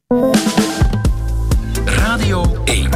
Radio 1.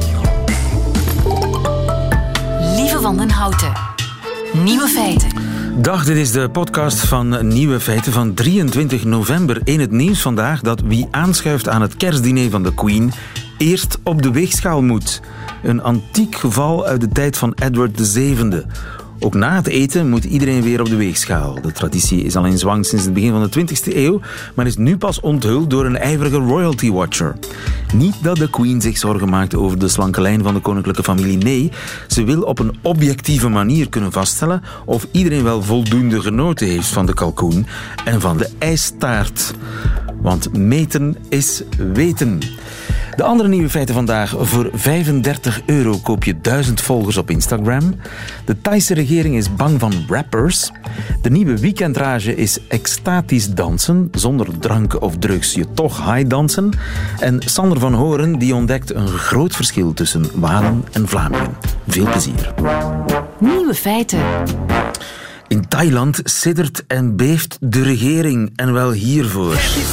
Lieve Wandenhouten. Nieuwe feiten. Dag, dit is de podcast van Nieuwe Feiten van 23 november. In het nieuws vandaag dat wie aanschuift aan het kerstdiner van de Queen eerst op de weegschaal moet. Een antiek geval uit de tijd van Edward VII. Ook na het eten moet iedereen weer op de weegschaal. De traditie is al in zwang sinds het begin van de 20e eeuw, maar is nu pas onthuld door een ijverige royalty watcher. Niet dat de Queen zich zorgen maakt over de slanke lijn van de koninklijke familie. Nee, ze wil op een objectieve manier kunnen vaststellen of iedereen wel voldoende genoten heeft van de kalkoen en van de ijstaart. Want meten is weten. De andere nieuwe feiten vandaag. Voor €35 koop je 1000 volgers op Instagram. De Thaise regering is bang van rappers. De nieuwe weekendrage is extatisch dansen. Zonder drank of drugs je toch high dansen. En Sander van Horen die ontdekt een groot verschil tussen Walen en Vlamingen. Veel plezier. Nieuwe feiten. In Thailand siddert en beeft de regering en wel hiervoor.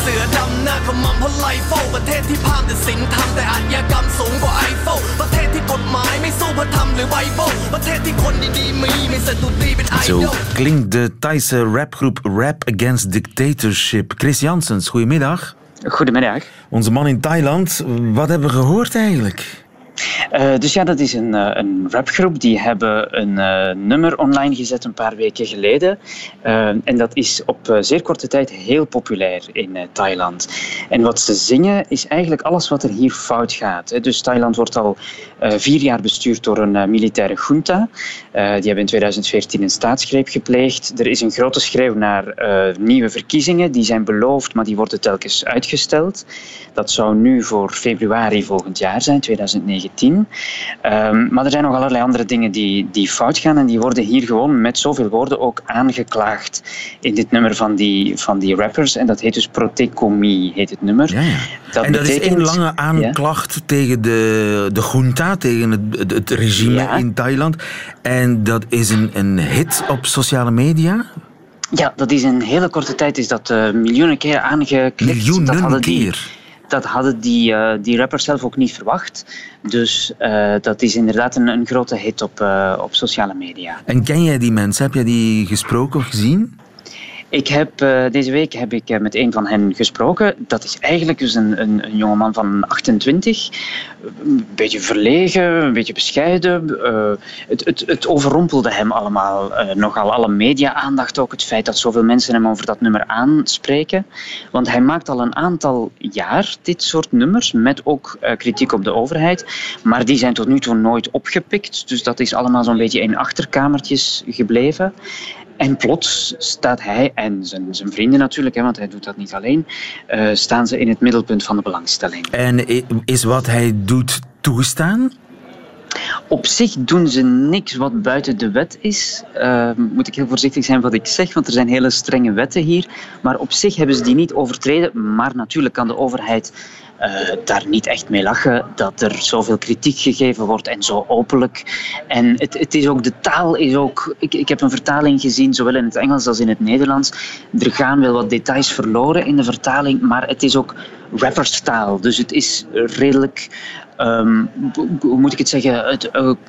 Zo klinkt de Thaise rapgroep Rap Against Dictatorship. Chris Janssens, goedemiddag. Goedemiddag. Onze man in Thailand, wat hebben we gehoord eigenlijk? Dus ja, dat is een rapgroep. Die hebben een nummer online gezet een paar weken geleden. En dat is op zeer korte tijd heel populair in Thailand. En wat ze zingen is eigenlijk alles wat er hier fout gaat. Dus Thailand wordt al 4 jaar bestuurd door een militaire junta. Die hebben in 2014 een staatsgreep gepleegd. Er is een grote schreeuw naar nieuwe verkiezingen. Die zijn beloofd, maar die worden telkens uitgesteld. Dat zou nu voor februari volgend jaar zijn, 2019. Maar er zijn nog allerlei andere dingen die fout gaan en die worden hier gewoon met zoveel woorden ook aangeklaagd in dit nummer van die rappers. En dat heet dus Protekomi, heet het nummer. Ja, ja. Dat is één lange aanklacht tegen de junta, tegen het regime in Thailand. En dat is een hit op sociale media? Ja, dat is in hele korte tijd is dat miljoenen keer aangeklikt. Miljoenen keer? Dat hadden die rappers zelf ook niet verwacht. Dus dat is inderdaad een grote hit op sociale media. En ken jij die mensen? Heb jij die gesproken of gezien? Deze week heb ik met een van hen gesproken. Dat is eigenlijk dus een jongeman van 28. Een beetje verlegen, een beetje bescheiden. Het overrompelde hem allemaal nogal. Alle media-aandacht ook. Het feit dat zoveel mensen hem over dat nummer aanspreken. Want hij maakt al een aantal jaar dit soort nummers. Met ook kritiek op de overheid. Maar die zijn tot nu toe nooit opgepikt. Dus dat is allemaal zo'n beetje in achterkamertjes gebleven. En plots staat hij en zijn vrienden natuurlijk, want hij doet dat niet alleen, staan ze in het middelpunt van de belangstelling. En is wat hij doet toegestaan? Op zich doen ze niks wat buiten de wet is. Moet ik heel voorzichtig zijn wat ik zeg, want er zijn hele strenge wetten hier. Maar op zich hebben ze die niet overtreden. Maar natuurlijk kan de overheid daar niet echt mee lachen dat er zoveel kritiek gegeven wordt en zo openlijk. En het is ook, de taal is ook... Ik heb een vertaling gezien, zowel in het Engels als in het Nederlands. Er gaan wel wat details verloren in de vertaling, maar het is ook rapperstaal. Dus het is redelijk... hoe moet ik het zeggen?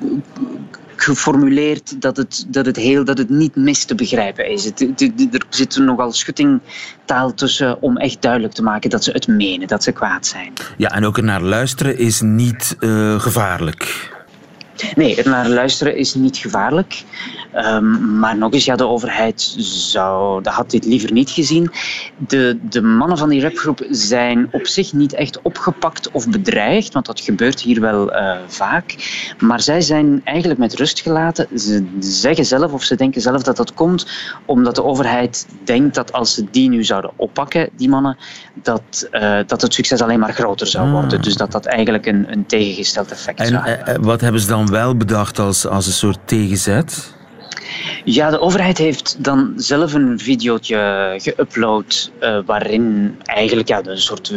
Geformuleerd dat het niet mis te begrijpen is. Er zit nogal schuttingtaal tussen om echt duidelijk te maken dat ze het menen, dat ze kwaad zijn. Ja, en ook ernaar luisteren is niet gevaarlijk. Nee, ernaar luisteren is niet gevaarlijk. Maar nog eens, ja, de overheid had dit liever niet gezien. De mannen van die rapgroep zijn op zich niet echt opgepakt of bedreigd, want dat gebeurt hier wel vaak. Maar zij zijn eigenlijk met rust gelaten. Ze zeggen zelf, of ze denken zelf dat dat komt omdat de overheid denkt dat als ze die nu zouden oppakken, die mannen, dat het succes alleen maar groter zou worden. Dus dat eigenlijk een tegengesteld effect zou hebben. En wat hebben ze dan wel bedacht als een soort tegenzet? Ja, de overheid heeft dan zelf een videootje geüpload waarin eigenlijk een soort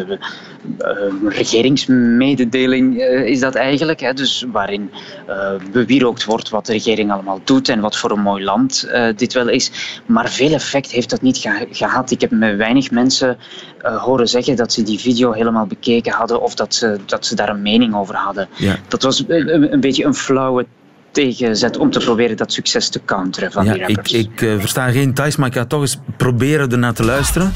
regeringsmededeling is dat eigenlijk. Hè, dus waarin bewierookt wordt wat de regering allemaal doet en wat voor een mooi land dit wel is. Maar veel effect heeft dat niet gehad. Ik heb met weinig mensen horen zeggen dat ze die video helemaal bekeken hadden of dat ze daar een mening over hadden. Ja. Dat was een beetje een flauwe tegenzet om te proberen dat succes te counteren van die rappers. Ik versta geen Thais, maar ik ga toch eens proberen ernaar te luisteren.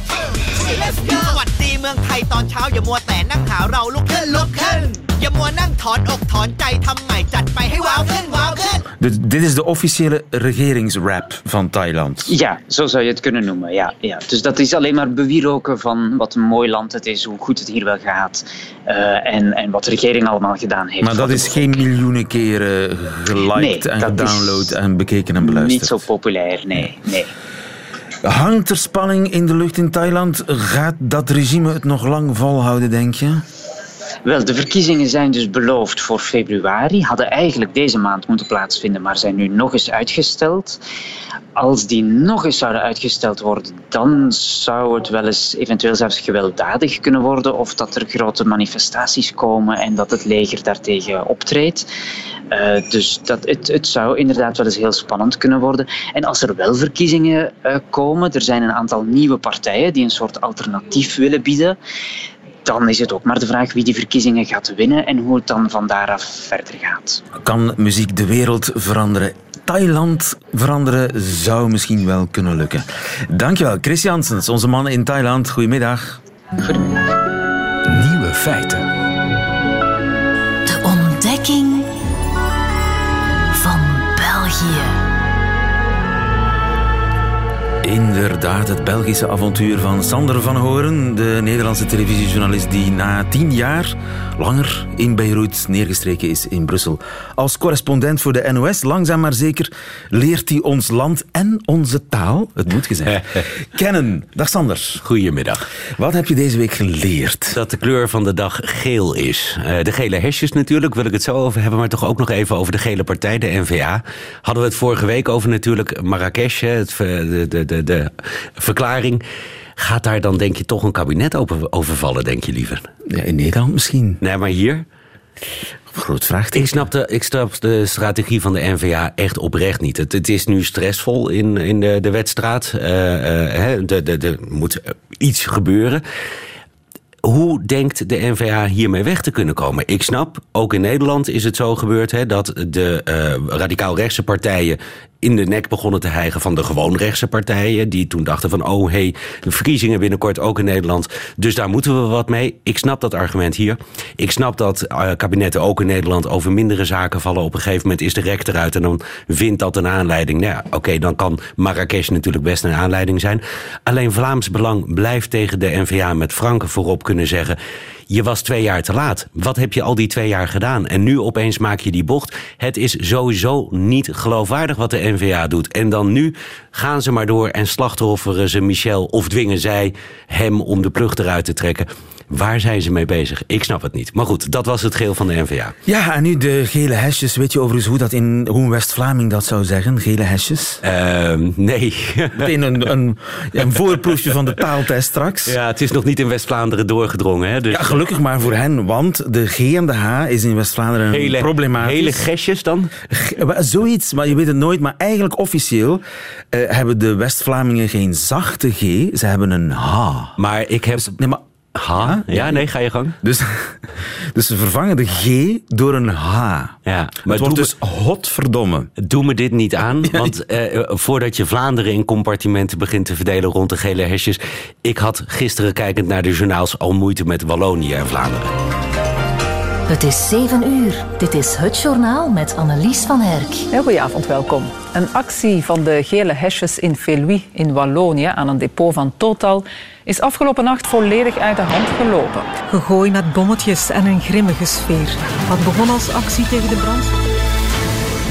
Dit is de officiële regeringsrap van Thailand. Ja, zo zou je het kunnen noemen. Ja. Dus dat is alleen maar bewieroken van wat een mooi land het is, hoe goed het hier wel gaat en wat de regering allemaal gedaan heeft. Maar dat is geen miljoenen keren geliked en gedownload en bekeken en beluisterd. Niet zo populair, nee. Hangt er spanning in de lucht in Thailand? Gaat dat regime het nog lang volhouden, denk je? Wel, de verkiezingen zijn dus beloofd voor februari. Hadden eigenlijk deze maand moeten plaatsvinden, maar zijn nu nog eens uitgesteld. Als die nog eens zouden uitgesteld worden, dan zou het wel eens eventueel zelfs gewelddadig kunnen worden. Of dat er grote manifestaties komen en dat het leger daartegen optreedt. Dus het zou inderdaad wel eens heel spannend kunnen worden. En als er wel verkiezingen komen, er zijn een aantal nieuwe partijen die een soort alternatief willen bieden. Dan is het ook maar de vraag wie die verkiezingen gaat winnen en hoe het dan van daaraf verder gaat. Kan muziek de wereld veranderen? Thailand veranderen zou misschien wel kunnen lukken. Dankjewel, Chris Janssens, onze man in Thailand. Goedemiddag. Goedemiddag. Nieuwe feiten. De ontdekking van België. Inderdaad, het Belgische avontuur van Sander van Horen, de Nederlandse televisiejournalist die na 10 jaar langer in Beirut neergestreken is in Brussel. Als correspondent voor de NOS, langzaam maar zeker, leert hij ons land en onze taal, het moet gezegd, kennen. Dag Sander. Goedemiddag. Wat heb je deze week geleerd? Dat de kleur van de dag geel is. De gele hesjes natuurlijk, wil ik het zo over hebben, maar toch ook nog even over de gele partij, de N-VA. Hadden we het vorige week over natuurlijk Marrakesh, de verklaring. Gaat daar dan, denk je, toch een kabinet overvallen, denk je liever? Ja, in Nederland misschien. Nee, maar hier? Groot vraagteken. Ik snap de strategie van de N-VA echt oprecht niet. Het is nu stressvol in de wedstrijd. Er moet iets gebeuren. Hoe denkt de N-VA hiermee weg te kunnen komen? Ik snap, ook in Nederland is het zo gebeurd dat de radicaal-rechtse partijen in de nek begonnen te hijgen van de gewoon-rechtse partijen, die toen dachten van, de verkiezingen binnenkort ook in Nederland, dus daar moeten we wat mee. Ik snap dat argument hier. Ik snap dat kabinetten ook in Nederland over mindere zaken vallen. Op een gegeven moment is de rek eruit en dan vindt dat een aanleiding. Nou ja, dan kan Marrakesh natuurlijk best een aanleiding zijn. Alleen Vlaams Belang blijft tegen de N-VA met franken voorop kunnen zeggen, je was 2 jaar te laat. Wat heb je al die 2 jaar gedaan? En nu opeens maak je die bocht. Het is sowieso niet geloofwaardig wat de N-VA doet. En dan nu gaan ze maar door en slachtofferen ze Michel of dwingen zij hem om de plug eruit te trekken. Waar zijn ze mee bezig? Ik snap het niet. Maar goed, dat was het geel van de N-VA. Ja, en nu de gele hesjes. Weet je overigens hoe een West-Vlaming dat zou zeggen? Gele hesjes? Nee. Meteen een voorproefje van de taaltest straks. Ja, het is nog niet in West-Vlaanderen doorgedrongen. Hè? Dus ja, gelukkig maar voor hen, want de G en de H is in West-Vlaanderen problematisch. Hele gesjes dan? Zoiets, maar je weet het nooit. Maar eigenlijk officieel hebben de West-Vlamingen geen zachte G, ze hebben een H. Maar ik heb... Nee, maar H? Ja, nee, ga je gang. Dus ze vervangen de G door een H. Ja, maar het wordt dus godverdomme. Doe me dit niet aan, want voordat je Vlaanderen in compartimenten begint te verdelen rond de gele hesjes, ik had gisteren kijkend naar de journaals al moeite met Wallonië en Vlaanderen. Het is 7 uur. Dit is Het Journaal met Annelies van Herk. Heel goedenavond, welkom. Een actie van de gele hesjes in Feluy in Wallonië aan een depot van Total is afgelopen nacht volledig uit de hand gelopen. Gegooi met bommetjes en een grimmige sfeer. Wat begon als actie tegen de brand?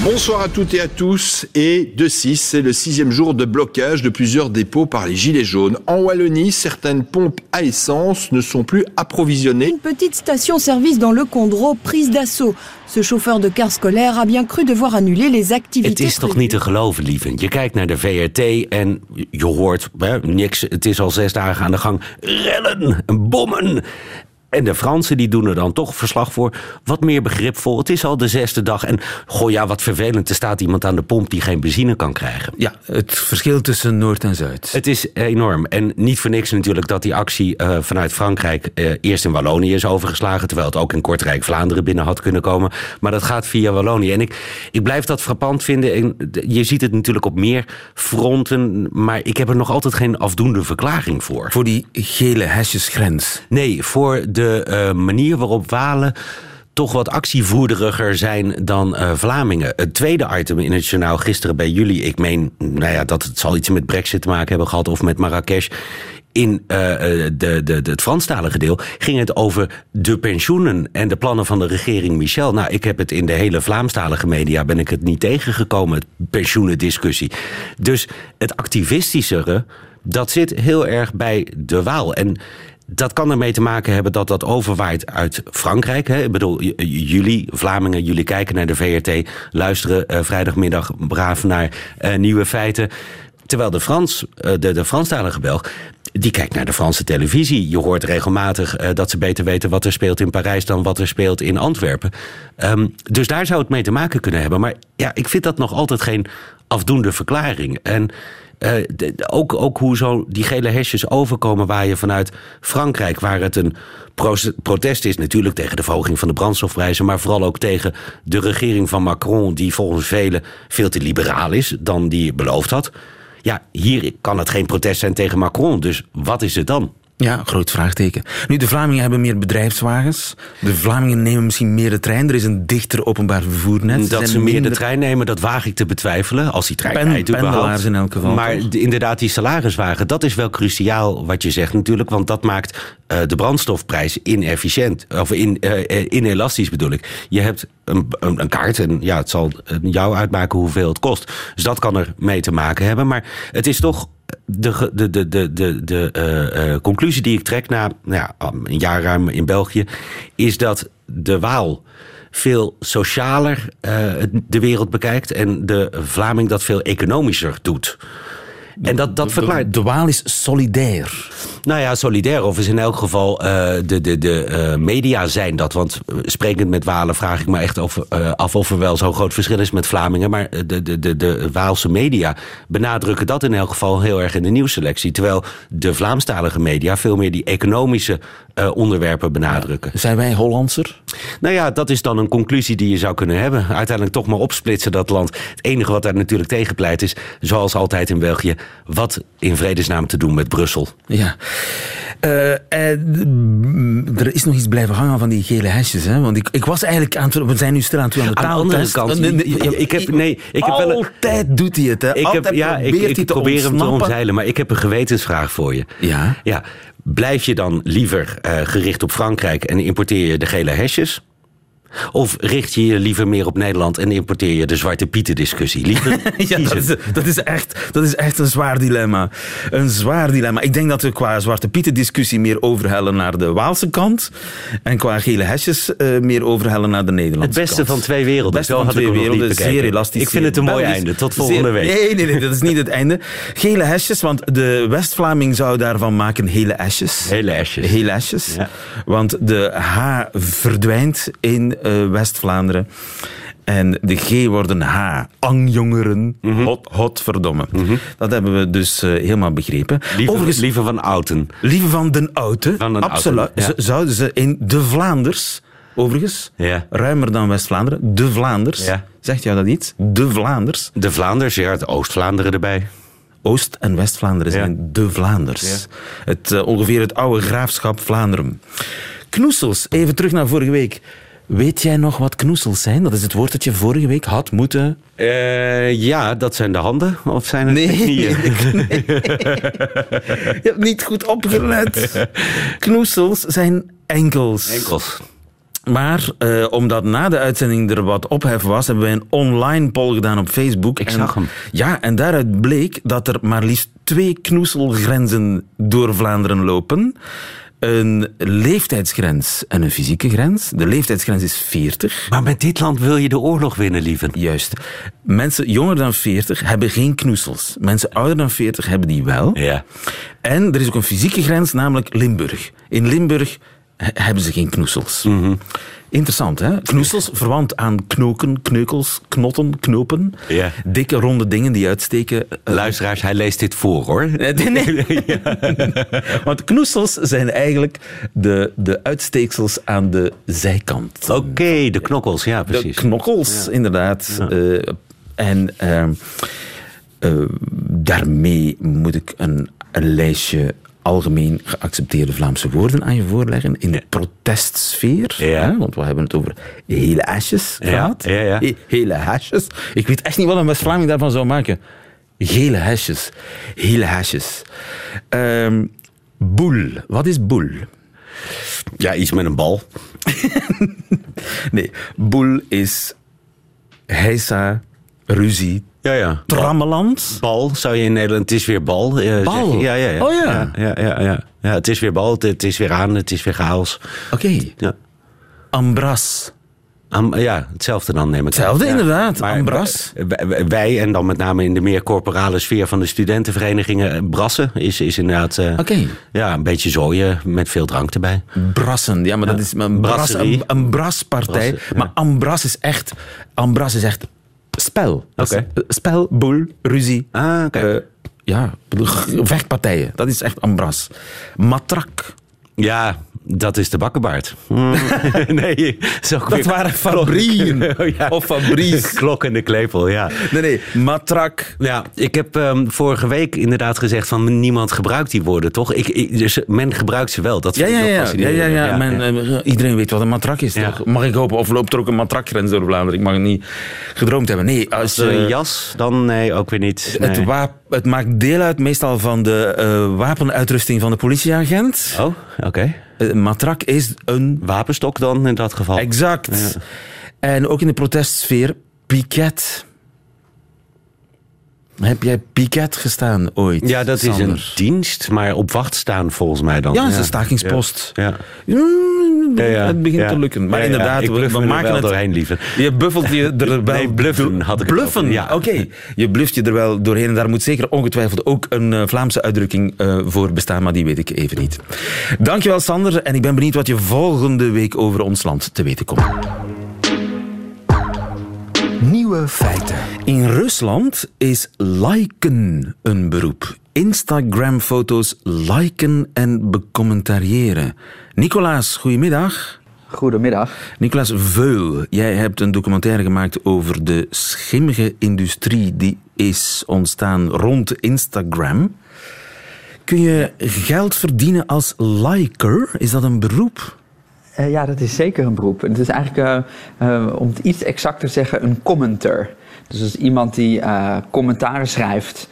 Bonsoir à toutes et à tous. Et de 6, c'est le 6e jour de blocage de plusieurs dépôts par les Gilets jaunes. En Wallonie, certaines pompes à essence ne sont plus approvisionnées. Une petite station-service dans le Condro prise d'assaut. Ce chauffeur de car scolaire a bien cru devoir annuler les activités. Het is toch niet te geloven, lieven. Je kijkt naar de VRT en je hoort niks. Het is al 6 dagen aan de gang. Rellen, bommen. En de Fransen die doen er dan toch verslag voor. Wat meer begripvol. Het is al de 6e dag. En wat vervelend. Er staat iemand aan de pomp die geen benzine kan krijgen. Ja, het verschil tussen Noord en Zuid. Het is enorm. En niet voor niks natuurlijk dat die actie vanuit Frankrijk eerst in Wallonië is overgeslagen. Terwijl het ook in Kortrijk Vlaanderen binnen had kunnen komen. Maar dat gaat via Wallonië. En ik blijf dat frappant vinden. En je ziet het natuurlijk op meer fronten. Maar ik heb er nog altijd geen afdoende verklaring voor. Voor die gele hesjesgrens? Nee, voor de manier waarop Walen toch wat actievoerderiger zijn dan Vlamingen. Het tweede item in het journaal gisteren bij jullie, ik meen dat het zal iets met Brexit te maken hebben gehad of met Marrakesh. In het Franstalige deel ging het over de pensioenen en de plannen van de regering Michel. Nou, ik heb het in de hele Vlaamstalige media ben ik het niet tegengekomen, het pensioenendiscussie. Dus het activistischere, dat zit heel erg bij de Waal. En dat kan ermee te maken hebben dat dat overwaait uit Frankrijk. Hè? Ik bedoel, jullie, Vlamingen, jullie kijken naar de VRT... luisteren vrijdagmiddag braaf naar Nieuwe Feiten. Terwijl de Franstalige Belg, die kijkt naar de Franse televisie. Je hoort regelmatig dat ze beter weten wat er speelt in Parijs dan wat er speelt in Antwerpen. Dus daar zou het mee te maken kunnen hebben. Maar ja, ik vind dat nog altijd geen afdoende verklaring. En ook hoe zo die gele hesjes overkomen waar je vanuit Frankrijk, waar het een protest is natuurlijk tegen de verhoging van de brandstofprijzen, maar vooral ook tegen de regering van Macron, die volgens velen veel te liberaal is dan die beloofd had. Ja, hier kan het geen protest zijn tegen Macron, dus wat is het dan? Ja, groot vraagteken. Nu, de Vlamingen hebben meer bedrijfswagens. De Vlamingen nemen misschien meer de trein. Er is een dichter openbaar vervoernet. Dat ze meer de trein nemen, dat waag ik te betwijfelen. Als die trein rijdt pendelaars in elk geval. Maar inderdaad, die salariswagen, dat is wel cruciaal wat je zegt natuurlijk. Want dat maakt de brandstofprijs inefficiënt. Of inelastisch bedoel ik. Je hebt een kaart en ja, het zal jou uitmaken hoeveel het kost. Dus dat kan er mee te maken hebben. Maar het is toch de conclusie die ik trek na een jaar ruim in België, is dat de Waal veel socialer de wereld bekijkt en de Vlaming dat veel economischer doet. En dat verklaart. De Waal is solidair. Nou ja, solidair, of is in elk geval de media zijn dat. Want sprekend met Walen vraag ik me echt af of er wel zo'n groot verschil is met Vlamingen. Maar de Waalse media benadrukken dat in elk geval heel erg in de nieuwsselectie. Terwijl de Vlaamstalige media veel meer die economische onderwerpen benadrukken. Ja, zijn wij Hollandser? Nou ja, dat is dan een conclusie die je zou kunnen hebben. Uiteindelijk toch maar opsplitsen dat land. Het enige wat daar natuurlijk tegen pleit is, zoals altijd in België, wat in vredesnaam te doen met Brussel. Ja. Er is nog iets blijven hangen van die gele hesjes. Hè? Want ik was eigenlijk we zijn nu stil aan de taaltest. Aan de andere kant, altijd doet hij het. Hè? Ik probeer hem te omzeilen, maar ik heb een gewetensvraag voor je. Ja? Ja. Blijf je dan liever gericht op Frankrijk en importeer je de gele hesjes? Of richt je je liever meer op Nederland en importeer je de Zwarte Pieten discussie? Liever ja, dat is echt een zwaar dilemma. Een zwaar dilemma. Ik denk dat we qua Zwarte Pieten discussie meer overhellen naar de Waalse kant en qua gele hesjes meer overhellen naar de Nederlandse kant. Het beste van twee werelden. Het beste van twee werelden, zeer elastisch. Ik vind het een mooi einde. Tot volgende week. Nee, dat is niet het einde. Gele hesjes, want de West-Vlaming zou daarvan maken hele esjes. Hele esjes. Ja. Want de H verdwijnt in West-Vlaanderen. En de G worden H. Angjongeren. Mm-hmm. Hotverdomme. Mm-hmm. Dat hebben we dus helemaal begrepen. Liever van Outen. Liever van den Outen. Absoluut. Ja. Zouden ze in de Vlaanders, overigens, ruimer dan West-Vlaanderen, de Vlaanders. Ja. Zegt jou dat iets? De Vlaanders. De Vlaanders, ja, het Oost-Vlaanderen erbij. Oost- en West-Vlaanderen zijn de Vlaanders. Ja. Ongeveer het oude graafschap Vlaanderen. Knoesels, even terug naar vorige week. Weet jij nog wat knoesels zijn? Dat is het woord dat je vorige week had moeten... Ja, dat zijn de handen. Of zijn het de knieën? Nee. Je hebt niet goed opgelet. Knoesels zijn enkels. Maar omdat na de uitzending er wat ophef was, hebben wij een online poll gedaan op Facebook. Ik zag hem. Ja, en daaruit bleek dat er maar liefst 2 knoeselgrenzen door Vlaanderen lopen. Een leeftijdsgrens en een fysieke grens. De leeftijdsgrens is 40. Maar met dit land wil je de oorlog winnen, lieve. Juist. Mensen jonger dan 40 hebben geen knoesels. Mensen ouder dan 40 hebben die wel. Ja. En er is ook een fysieke grens, namelijk Limburg. In Limburg hebben ze geen knoesels. Mm-hmm. Interessant, hè? Knoesels, verwant aan knoken, kneukels, knotten, knopen. Ja. Dikke, ronde dingen die uitsteken. Luisteraars, hij leest dit voor, hoor. Nee. Want knoesels zijn eigenlijk de uitsteeksels aan de zijkant. Oké, de knokkels, ja, precies. De knokkels, inderdaad. Ja. Daarmee moet ik een lijstje algemeen geaccepteerde Vlaamse woorden aan je voorleggen in de protestsfeer. Ja. Hè, want we hebben het over hele hesjes gehad. Ja. Hele hesjes. Ik weet echt niet wat een West-Vlaming daarvan zou maken. Gele hesjes. Hele hesjes. Boel. Wat is boel? Ja, iets met een bal. Nee, boel is heisa, ruzie, Ja. trammeland. Bal zou je in Nederland... Het is weer bal. Bal? Ja. Oh ja. Ja, het is weer bal, het is weer aan, het is weer chaos. Oké. Ja. Ambras. Ja, hetzelfde dan neem ik Hetzelfde, aan. inderdaad. Maar Ambras. Wij, en dan met name in de meer corporale sfeer van de studentenverenigingen, brassen is inderdaad ja, een beetje zooien met veel drank erbij. Brassen, ja, maar dat is een braspartij. Brassen, ja. Maar ambras is echt spel. Oké. Spel, boel, ruzie. Ah, oké. Vechtpartijen. Dat is echt ambras. Matrak. Ja, dat is de bakkenbaard. Nee, dat waren fabrieën. Of fabrice. Klok en de klepel, ja. Nee, matrak. Ja, ik heb vorige week inderdaad gezegd van niemand gebruikt die woorden, toch? Dus men gebruikt ze wel. Dat iedereen weet wat een matrak is, toch? Mag ik hopen? Of loopt er ook een matrakgrens door Vlaanderen? Ik mag het niet gedroomd hebben. Nee, als een jas, dan nee, ook weer niet. Nee. Het maakt deel uit meestal van de wapenuitrusting van de politieagent. Oh, oké. Matrak is een wapenstok dan in dat geval. Exact. Ja. En ook in de protestsfeer, piket. Heb jij piket gestaan ooit? Ja, dat Sander? is een dienst, maar op wacht staan volgens mij dan. Ja, dat is een stakingspost. Ja. Het begint te lukken. Maar inderdaad, we maken het doorheen, lieve. Je buffelt je er wel... Nee, bluffen had ik Bluffen? Ja. Oké. Je bluft je er wel doorheen. En daar moet zeker ongetwijfeld ook een Vlaamse uitdrukking voor bestaan, maar die weet ik even niet. Dankjewel, Sander. En ik ben benieuwd wat je volgende week over ons land te weten komt. Nieuwe feiten. In Rusland is liken een beroep. Instagram-foto's liken en becommentariëren. Nicolaas, goedemiddag. Goedemiddag. Nicolaas Veul, jij hebt een documentaire gemaakt over de schimmige industrie die is ontstaan rond Instagram. Kun je geld verdienen als liker? Is dat een beroep? Ja, dat is zeker een beroep. Het is eigenlijk, om het iets exacter te zeggen, een commenter. Dus dat is iemand die commentaren schrijft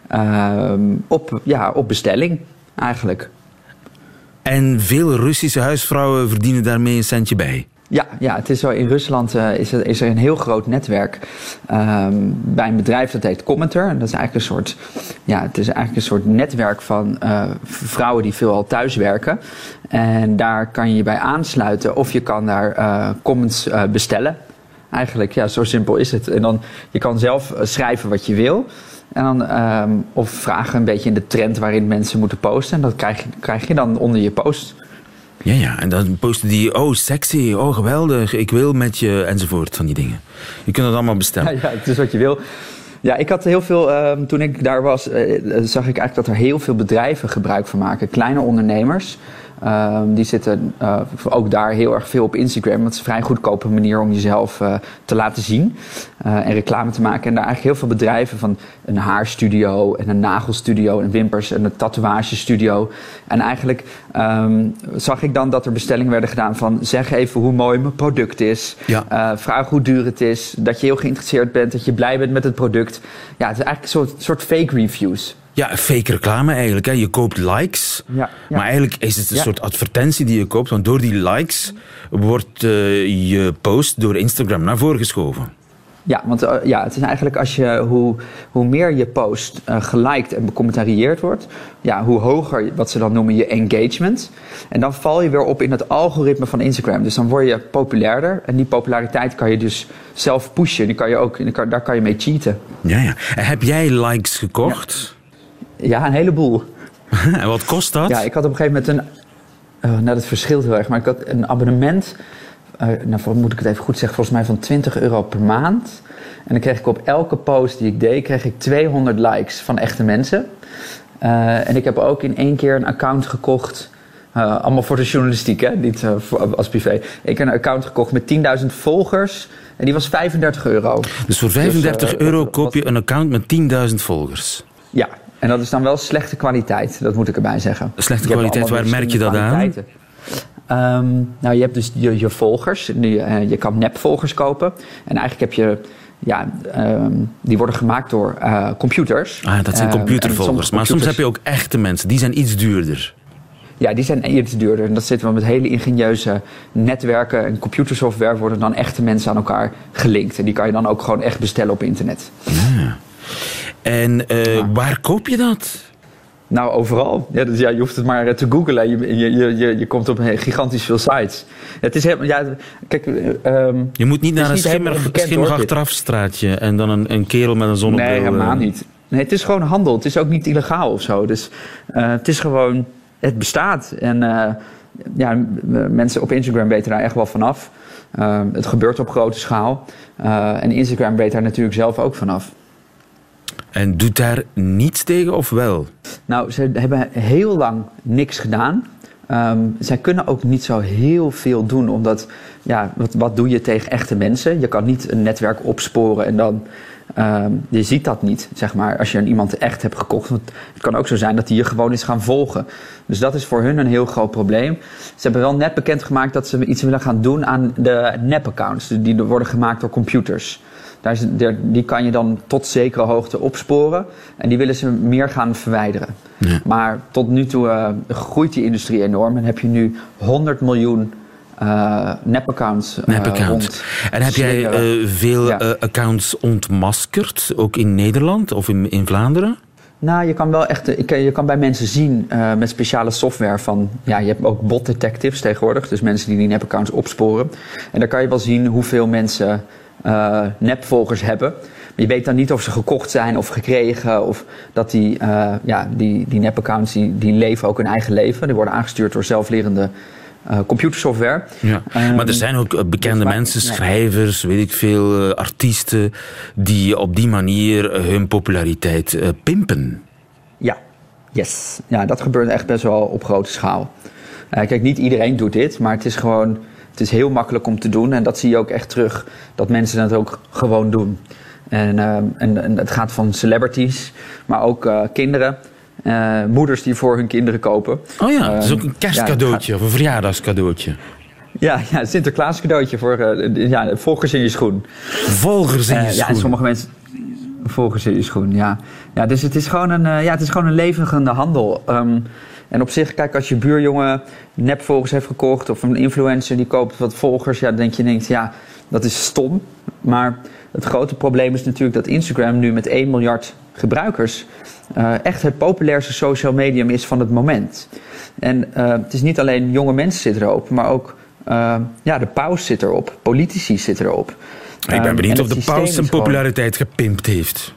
op bestelling, eigenlijk. En veel Russische huisvrouwen verdienen daarmee een centje bij? Ja, het is zo. In Rusland is er een heel groot netwerk bij een bedrijf dat heet Commenter. En dat is eigenlijk een soort netwerk van vrouwen die veelal thuis werken. En daar kan je je bij aansluiten of je kan daar comments bestellen. Eigenlijk, ja, zo simpel is het. En dan, je kan zelf schrijven wat je wil. En dan, of vragen een beetje in de trend waarin mensen moeten posten. En dat krijg je dan onder je post. Ja, en dan posten die, oh sexy, oh geweldig, ik wil met je, enzovoort, van die dingen. Je kunt dat allemaal bestellen. Ja, het is wat je wil. Ja, ik had heel veel, toen ik daar was, zag ik eigenlijk dat er heel veel bedrijven gebruik van maken. Kleine ondernemers. Die zitten ook daar heel erg veel op Instagram. Want het is een vrij goedkope manier om jezelf te laten zien en reclame te maken. En daar eigenlijk heel veel bedrijven van een haarstudio en een nagelstudio en wimpers en een tatoeagestudio. En eigenlijk zag ik dan dat er bestellingen werden gedaan van zeg even hoe mooi mijn product is. Ja. Vraag hoe duur het is. Dat je heel geïnteresseerd bent, dat je blij bent met het product. Ja, het is eigenlijk een soort fake reviews. Ja, fake reclame eigenlijk. Hè. Je koopt likes, maar eigenlijk is het een soort advertentie die je koopt. Want door die likes wordt je post door Instagram naar voren geschoven. Ja, want het is eigenlijk als je hoe meer je post geliked en becommentarieerd wordt, hoe hoger wat ze dan noemen je engagement. En dan val je weer op in het algoritme van Instagram. Dus dan word je populairder en die populariteit kan je dus zelf pushen. Daar kan je mee cheaten. Ja. En heb jij likes gekocht? Ja, een heleboel. En wat kost dat? Ja, ik had op een gegeven moment dat verschilt heel erg, maar ik had een abonnement. Moet ik het even goed zeggen, volgens mij van €20 per maand. En dan kreeg ik op elke post die ik deed, 200 likes van echte mensen. En ik heb ook in 1 keer een account gekocht, allemaal voor de journalistiek, hè? Niet als privé. Ik heb een account gekocht met 10.000 volgers en die was €35. Dus voor €35 koop je een account met 10.000 volgers? Ja, en dat is dan wel slechte kwaliteit, dat moet ik erbij zeggen. Slechte kwaliteit, waar merk je dat aan? Je hebt dus je volgers. Je kan nepvolgers kopen. En eigenlijk heb je... die worden gemaakt door computers. Dat zijn computervolgers. Maar soms heb je ook echte mensen. Die zijn iets duurder. Ja, die zijn iets duurder. En dat zitten we met hele ingenieuze netwerken en computersoftware worden dan echte mensen aan elkaar gelinkt. En die kan je dan ook gewoon echt bestellen op internet. Ja. En waar koop je dat? Nou, overal. Ja, dus je hoeft het maar te googlen. Je komt op gigantisch veel sites. Het is kijk, je moet niet naar een schimmig achterafstraatje en dan een kerel met een zonnebril. Nee, helemaal niet. Nee, het is gewoon handel. Het is ook niet illegaal of zo. Dus het is gewoon... Het bestaat. En mensen op Instagram weten daar echt wel vanaf. Het gebeurt op grote schaal. En Instagram weet daar natuurlijk zelf ook vanaf. En doet daar niets tegen of wel? Nou, ze hebben heel lang niks gedaan. Zij kunnen ook niet zo heel veel doen, omdat... wat doe je tegen echte mensen? Je kan niet een netwerk opsporen en dan... je ziet dat niet, zeg maar, als je iemand echt hebt gekocht. Want het kan ook zo zijn dat die je gewoon is gaan volgen. Dus dat is voor hun een heel groot probleem. Ze hebben wel net bekendgemaakt dat ze iets willen gaan doen aan de nep-accounts. Die worden gemaakt door computers. Die kan je dan tot zekere hoogte opsporen. En die willen ze meer gaan verwijderen. Ja. Maar tot nu toe groeit die industrie enorm. En heb je nu 100 miljoen nep-accounts. En heb jij veel accounts ontmaskerd? Ook in Nederland of in Vlaanderen? Nou, je kan wel echt... Je kan bij mensen zien met speciale software van... je hebt ook bot detectives tegenwoordig. Dus mensen die nep-accounts opsporen. En dan kan je wel zien hoeveel mensen... nepvolgers hebben. Maar je weet dan niet of ze gekocht zijn of gekregen of dat die nepaccounts die leven ook hun eigen leven. Die worden aangestuurd door zelflerende computersoftware. Ja. Maar er zijn ook bekende mensen, schrijvers, weet ik veel, artiesten die op die manier hun populariteit pimpen. Ja, yes. Ja, dat gebeurt echt best wel op grote schaal. Kijk, niet iedereen doet dit, maar het is gewoon... Het is heel makkelijk om te doen en dat zie je ook echt terug, dat mensen het ook gewoon doen. En het gaat van celebrities, maar ook kinderen, moeders die voor hun kinderen kopen. Oh ja, dat is ook een kerstcadeautje of een verjaardagscadeautje. Ja, een Sinterklaas cadeautje voor volgers in je schoen. Volgers in je schoen? Ja, en sommige mensen... Volgers in je schoen, ja. Ja, dus het is gewoon een levendige handel. En op zich, kijk, als je buurjongen nepvolgers heeft gekocht... of een influencer die koopt wat volgers... dan denk je, dat is stom. Maar het grote probleem is natuurlijk dat Instagram nu met 1 miljard gebruikers... echt het populairste social medium is van het moment. En het is niet alleen jonge mensen zitten erop... maar ook de paus zit erop, politici zitten erop. Ik ben benieuwd of de paus zijn populariteit gepimpt heeft.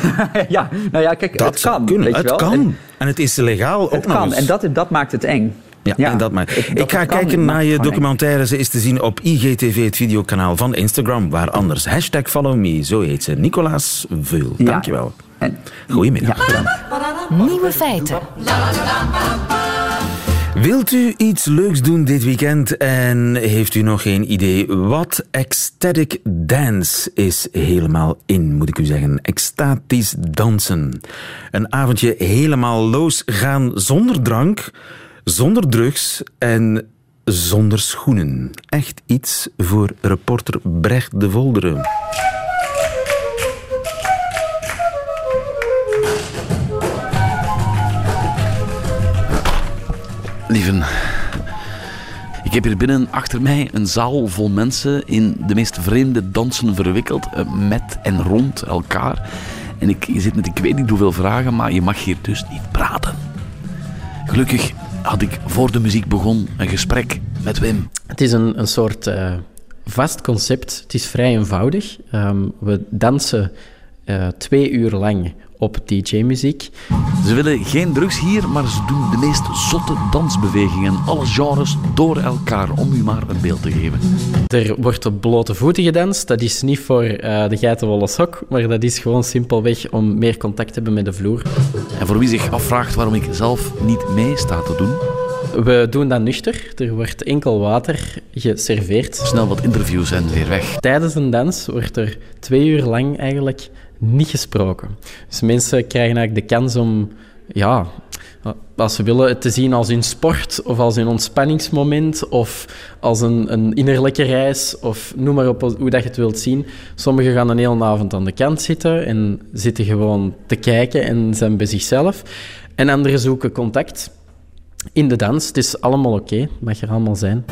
Kijk, dat het kan. Kunnen. Weet je wel? Het kan. En het is legaal ook het nog kan. eens. En dat maakt het eng. Ja, en dat maakt. Ik ga kijken naar je documentaire. Ze is te zien op IGTV, het videokanaal van Instagram. Waar anders. #FollowMe, zo heet ze. Nicolaas Veul. Dankjewel. Goedemiddag. Nieuwe feiten. Wilt u iets leuks doen dit weekend en heeft u nog geen idee wat ecstatic dance is? Helemaal in, moet ik u zeggen. Extatisch dansen. Een avondje helemaal losgaan zonder drank, zonder drugs en zonder schoenen. Echt iets voor reporter Brecht de Volderen. Lieven, ik heb hier binnen achter mij een zaal vol mensen in de meest vreemde dansen verwikkeld, met en rond elkaar. En je zit met ik weet niet hoeveel vragen, maar je mag hier dus niet praten. Gelukkig had ik voor de muziek begon een gesprek met Wim. Het is een soort vast concept. Het is vrij eenvoudig. We dansen 2 uur lang op DJ-muziek. Ze willen geen drugs hier, maar ze doen de meest zotte dansbewegingen. Alle genres door elkaar, om u maar een beeld te geven. Er wordt op blote voeten gedanst. Dat is niet voor de geitenwolle sok, maar dat is gewoon simpelweg om meer contact te hebben met de vloer. En voor wie zich afvraagt waarom ik zelf niet mee sta te doen... We doen dat nuchter. Er wordt enkel water geserveerd. Snel wat interviews en weer weg. Tijdens een dans wordt er 2 uur lang eigenlijk niet gesproken. Dus mensen krijgen eigenlijk de kans om, ja, als ze willen, het te zien als hun sport of als een ontspanningsmoment of als een innerlijke reis of noem maar op hoe dat je het wilt zien. Sommigen gaan een hele avond aan de kant zitten en zitten gewoon te kijken en zijn bij zichzelf. En anderen zoeken contact in de dans. Het is allemaal oké. Het mag er allemaal zijn.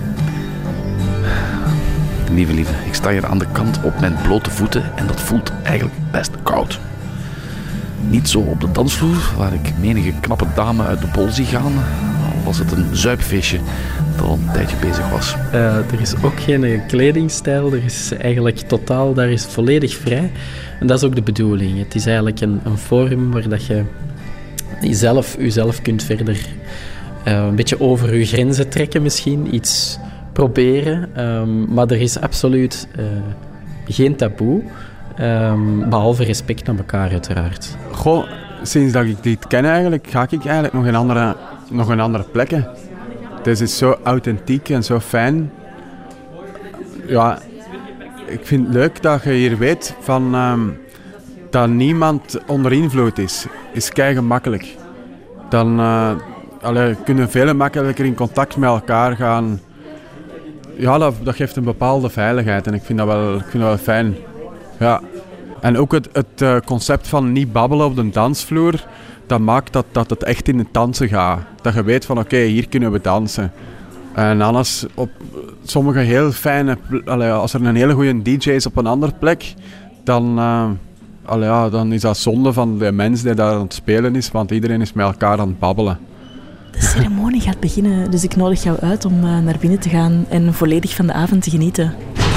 Lieve, ik sta hier aan de kant op mijn blote voeten en dat voelt eigenlijk best koud. Niet zo op de dansvloer, waar ik menige knappe dame uit de bol zie gaan. Al was het een zuipfeestje dat al een tijdje bezig was. Er is ook geen kledingstijl. Er is eigenlijk totaal, daar is volledig vrij. En dat is ook de bedoeling. Het is eigenlijk een forum waar dat je jezelf kunt verder een beetje over je grenzen trekken misschien. Iets proberen, maar er is absoluut geen taboe, behalve respect naar elkaar uiteraard. Goh, sinds dat ik dit ken eigenlijk, ga ik eigenlijk nog in andere plekken. Het is zo authentiek en zo fijn. Ja, ik vind het leuk dat je hier weet van, dat niemand onder invloed is. Is keigemakkelijk. Dan kunnen we veel makkelijker in contact met elkaar gaan. Ja, dat geeft een bepaalde veiligheid en ik vind dat wel fijn. Ja. En ook het concept van niet babbelen op de dansvloer, dat maakt dat het echt in het dansen gaat. Dat je weet van oké, hier kunnen we dansen. En anders op sommige heel fijne... als er een hele goede DJ is op een andere plek, dan is dat zonde van de mens die daar aan het spelen is, want iedereen is met elkaar aan het babbelen. De ceremonie gaat beginnen, dus ik nodig jou uit om naar binnen te gaan en volledig van de avond te genieten.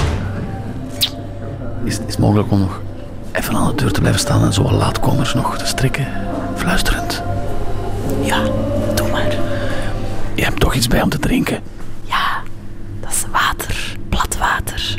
Is het mogelijk om nog even aan de deur te blijven staan en zo wat laatkomers nog te strikken, fluisterend? Ja, doe maar. Je hebt toch iets bij om te drinken? Ja, dat is water, plat water.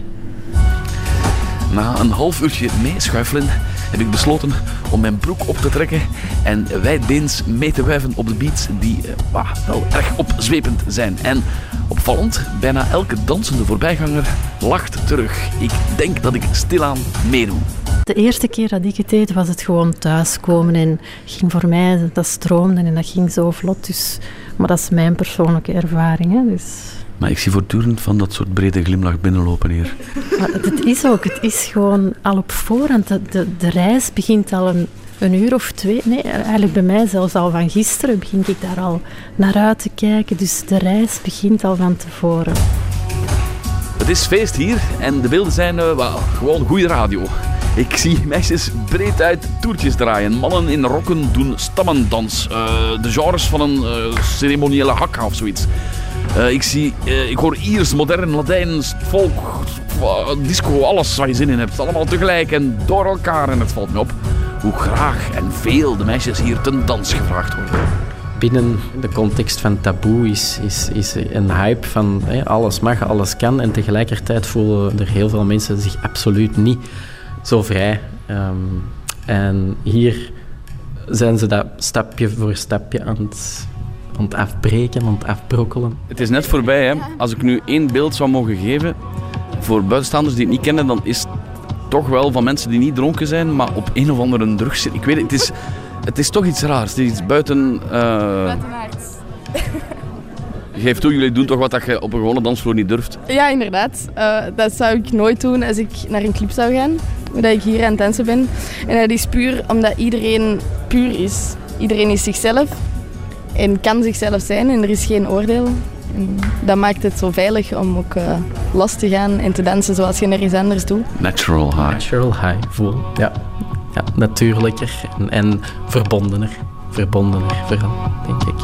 Na een half uurtje meeschuifelen heb ik besloten om mijn broek op te trekken en wijdbeens mee te wuiven op de beats die wel erg opzwepend zijn. En opvallend, bijna elke dansende voorbijganger lacht terug. Ik denk dat ik stilaan meedoe. De eerste keer dat ik het deed, was het gewoon thuiskomen en ging voor mij, dat stroomde en dat ging zo vlot. Dus, maar dat is mijn persoonlijke ervaring. Hè, dus. Maar ik zie voortdurend van dat soort brede glimlach binnenlopen hier. Maar het is ook, het is gewoon al op voorhand. De reis begint al een uur of 2. Nee, eigenlijk bij mij zelfs al van gisteren begin ik daar al naar uit te kijken. Dus de reis begint al van tevoren. Het is feest hier en de beelden zijn gewoon goede radio. Ik zie meisjes breed uit toertjes draaien. Mannen in rokken doen stammendans. De genres van een ceremoniële hakka of zoiets. Ik hoor Iers, modern, Latijn, folk, disco, alles waar je zin in hebt. Allemaal tegelijk en door elkaar. En het valt me op hoe graag en veel de meisjes hier ten dans gevraagd worden. Binnen de context van taboe is een hype van alles mag, alles kan. En tegelijkertijd voelen er heel veel mensen zich absoluut niet zo vrij. En hier zijn ze dat stapje voor stapje aan het afbreken, aan het afbrokkelen. Het is net voorbij, hè. Als ik nu 1 beeld zou mogen geven voor buitenstaanders die het niet kennen, dan is het toch wel van mensen die niet dronken zijn, maar op een of andere drugs zitten. Ik weet het is toch iets raars. Het is iets buiten... Buitenaards. Geef toe, jullie doen toch wat dat je op een gewone dansvloer niet durft? Ja, inderdaad. Dat zou ik nooit doen als ik naar een club zou gaan. Dat ik hier aan het dansen ben. En dat is puur omdat iedereen puur is. Iedereen is zichzelf. en kan zichzelf zijn en er is geen oordeel. En dat maakt het zo veilig om ook los te gaan en te dansen zoals je nergens anders doet. Natural high. Natural high, voel. Ja, natuurlijker en verbondener. Verbondener vooral, denk ik.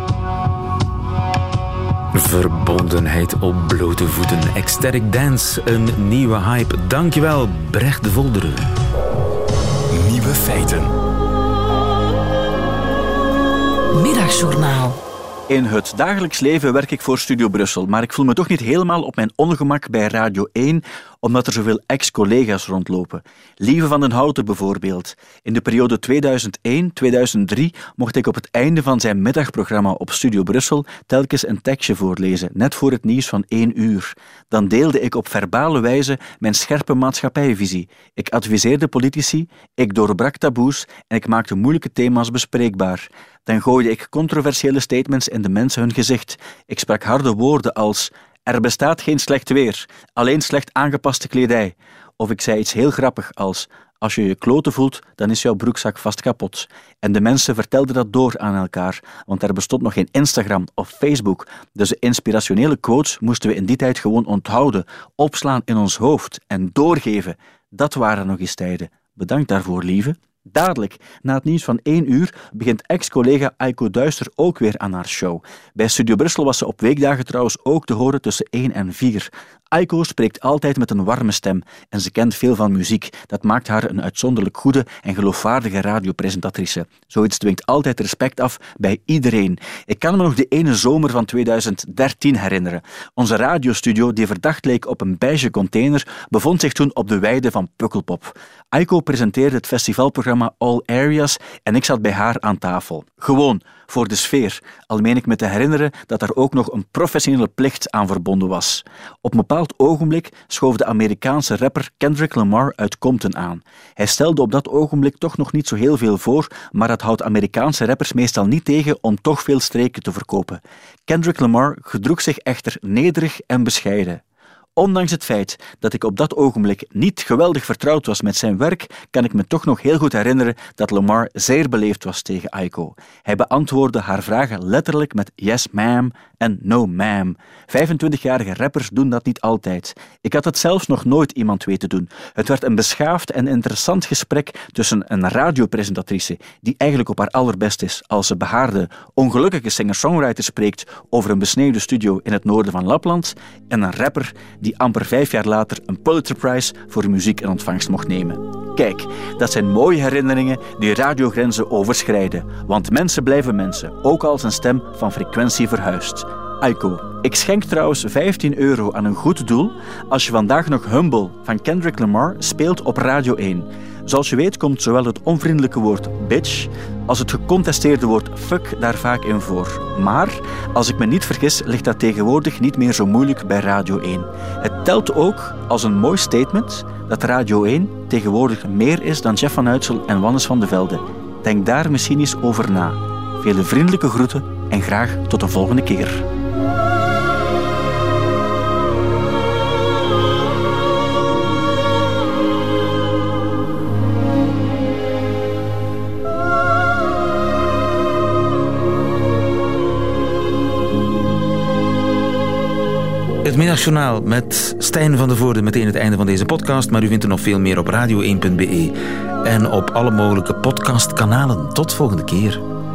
Verbondenheid op blote voeten. Ecstatic Dance, een nieuwe hype. Dankjewel, Brecht de Volderen. Nieuwe feiten. Middagjournaal. In het dagelijks leven werk ik voor Studio Brussel, maar ik voel me toch niet helemaal op mijn ongemak bij Radio 1, omdat er zoveel ex-collega's rondlopen. Lieve van den Houten bijvoorbeeld. In de periode 2001-2003 mocht ik op het einde van zijn middagprogramma op Studio Brussel telkens een tekstje voorlezen, net voor het nieuws van 1 uur. Dan deelde ik op verbale wijze mijn scherpe maatschappijvisie. Ik adviseerde politici, ik doorbrak taboes en ik maakte moeilijke thema's bespreekbaar. Dan gooide ik controversiële statements in de mensen hun gezicht. Ik sprak harde woorden als: er bestaat geen slecht weer, alleen slecht aangepaste kledij. Of ik zei iets heel grappig als: als je je kloten voelt, dan is jouw broekzak vast kapot. En de mensen vertelden dat door aan elkaar, want er bestond nog geen Instagram of Facebook. Dus de inspirationele quotes moesten we in die tijd gewoon onthouden, opslaan in ons hoofd en doorgeven. Dat waren nog eens tijden. Bedankt daarvoor, lieve. Dadelijk, na het nieuws van 1 uur, begint ex-collega Aiko Duister ook weer aan haar show. Bij Studio Brussel was ze op weekdagen trouwens ook te horen tussen 1 en 4. Aiko spreekt altijd met een warme stem en ze kent veel van muziek. Dat maakt haar een uitzonderlijk goede en geloofwaardige radiopresentatrice. Zoiets dwingt altijd respect af bij iedereen. Ik kan me nog de ene zomer van 2013 herinneren. Onze radiostudio, die verdacht leek op een beige container, bevond zich toen op de weide van Pukkelpop. Aiko presenteerde het festivalprogramma All Areas en ik zat bij haar aan tafel. Gewoon, voor de sfeer, al meen ik me te herinneren dat er ook nog een professionele plicht aan verbonden was. Op een bepaald ogenblik schoof de Amerikaanse rapper Kendrick Lamar uit Compton aan. Hij stelde op dat ogenblik toch nog niet zo heel veel voor, maar dat houdt Amerikaanse rappers meestal niet tegen om toch veel streken te verkopen. Kendrick Lamar gedroeg zich echter nederig en bescheiden. Ondanks het feit dat ik op dat ogenblik niet geweldig vertrouwd was met zijn werk, kan ik me toch nog heel goed herinneren dat Lamar zeer beleefd was tegen Aiko. Hij beantwoordde haar vragen letterlijk met yes ma'am en no ma'am. 25-jarige rappers doen dat niet altijd. Ik had het zelfs nog nooit iemand weten doen. Het werd een beschaafd en interessant gesprek tussen een radiopresentatrice, die eigenlijk op haar allerbest is als ze behaarde, ongelukkige singer-songwriter spreekt over een besneeuwde studio in het noorden van Lapland, en een rapper die amper 5 jaar later een Pulitzer Prize voor muziek in ontvangst mocht nemen. Kijk, dat zijn mooie herinneringen die radiogrenzen overschrijden. Want mensen blijven mensen, ook als een stem van frequentie verhuist. Aiko, ik schenk trouwens €15 aan een goed doel als je vandaag nog Humble van Kendrick Lamar speelt op Radio 1. Zoals je weet komt zowel het onvriendelijke woord bitch als het gecontesteerde woord fuck daar vaak in voor. Maar, als ik me niet vergis, ligt dat tegenwoordig niet meer zo moeilijk bij Radio 1. Het telt ook als een mooi statement dat Radio 1 tegenwoordig meer is dan Jeff van Uytsel en Wannes van de Velde. Denk daar misschien eens over na. Vele vriendelijke groeten en graag tot de volgende keer. Het Middagjournaal met Stijn van der Voorde. Meteen het einde van deze podcast, maar u vindt er nog veel meer op radio1.be en op alle mogelijke podcastkanalen. Tot volgende keer.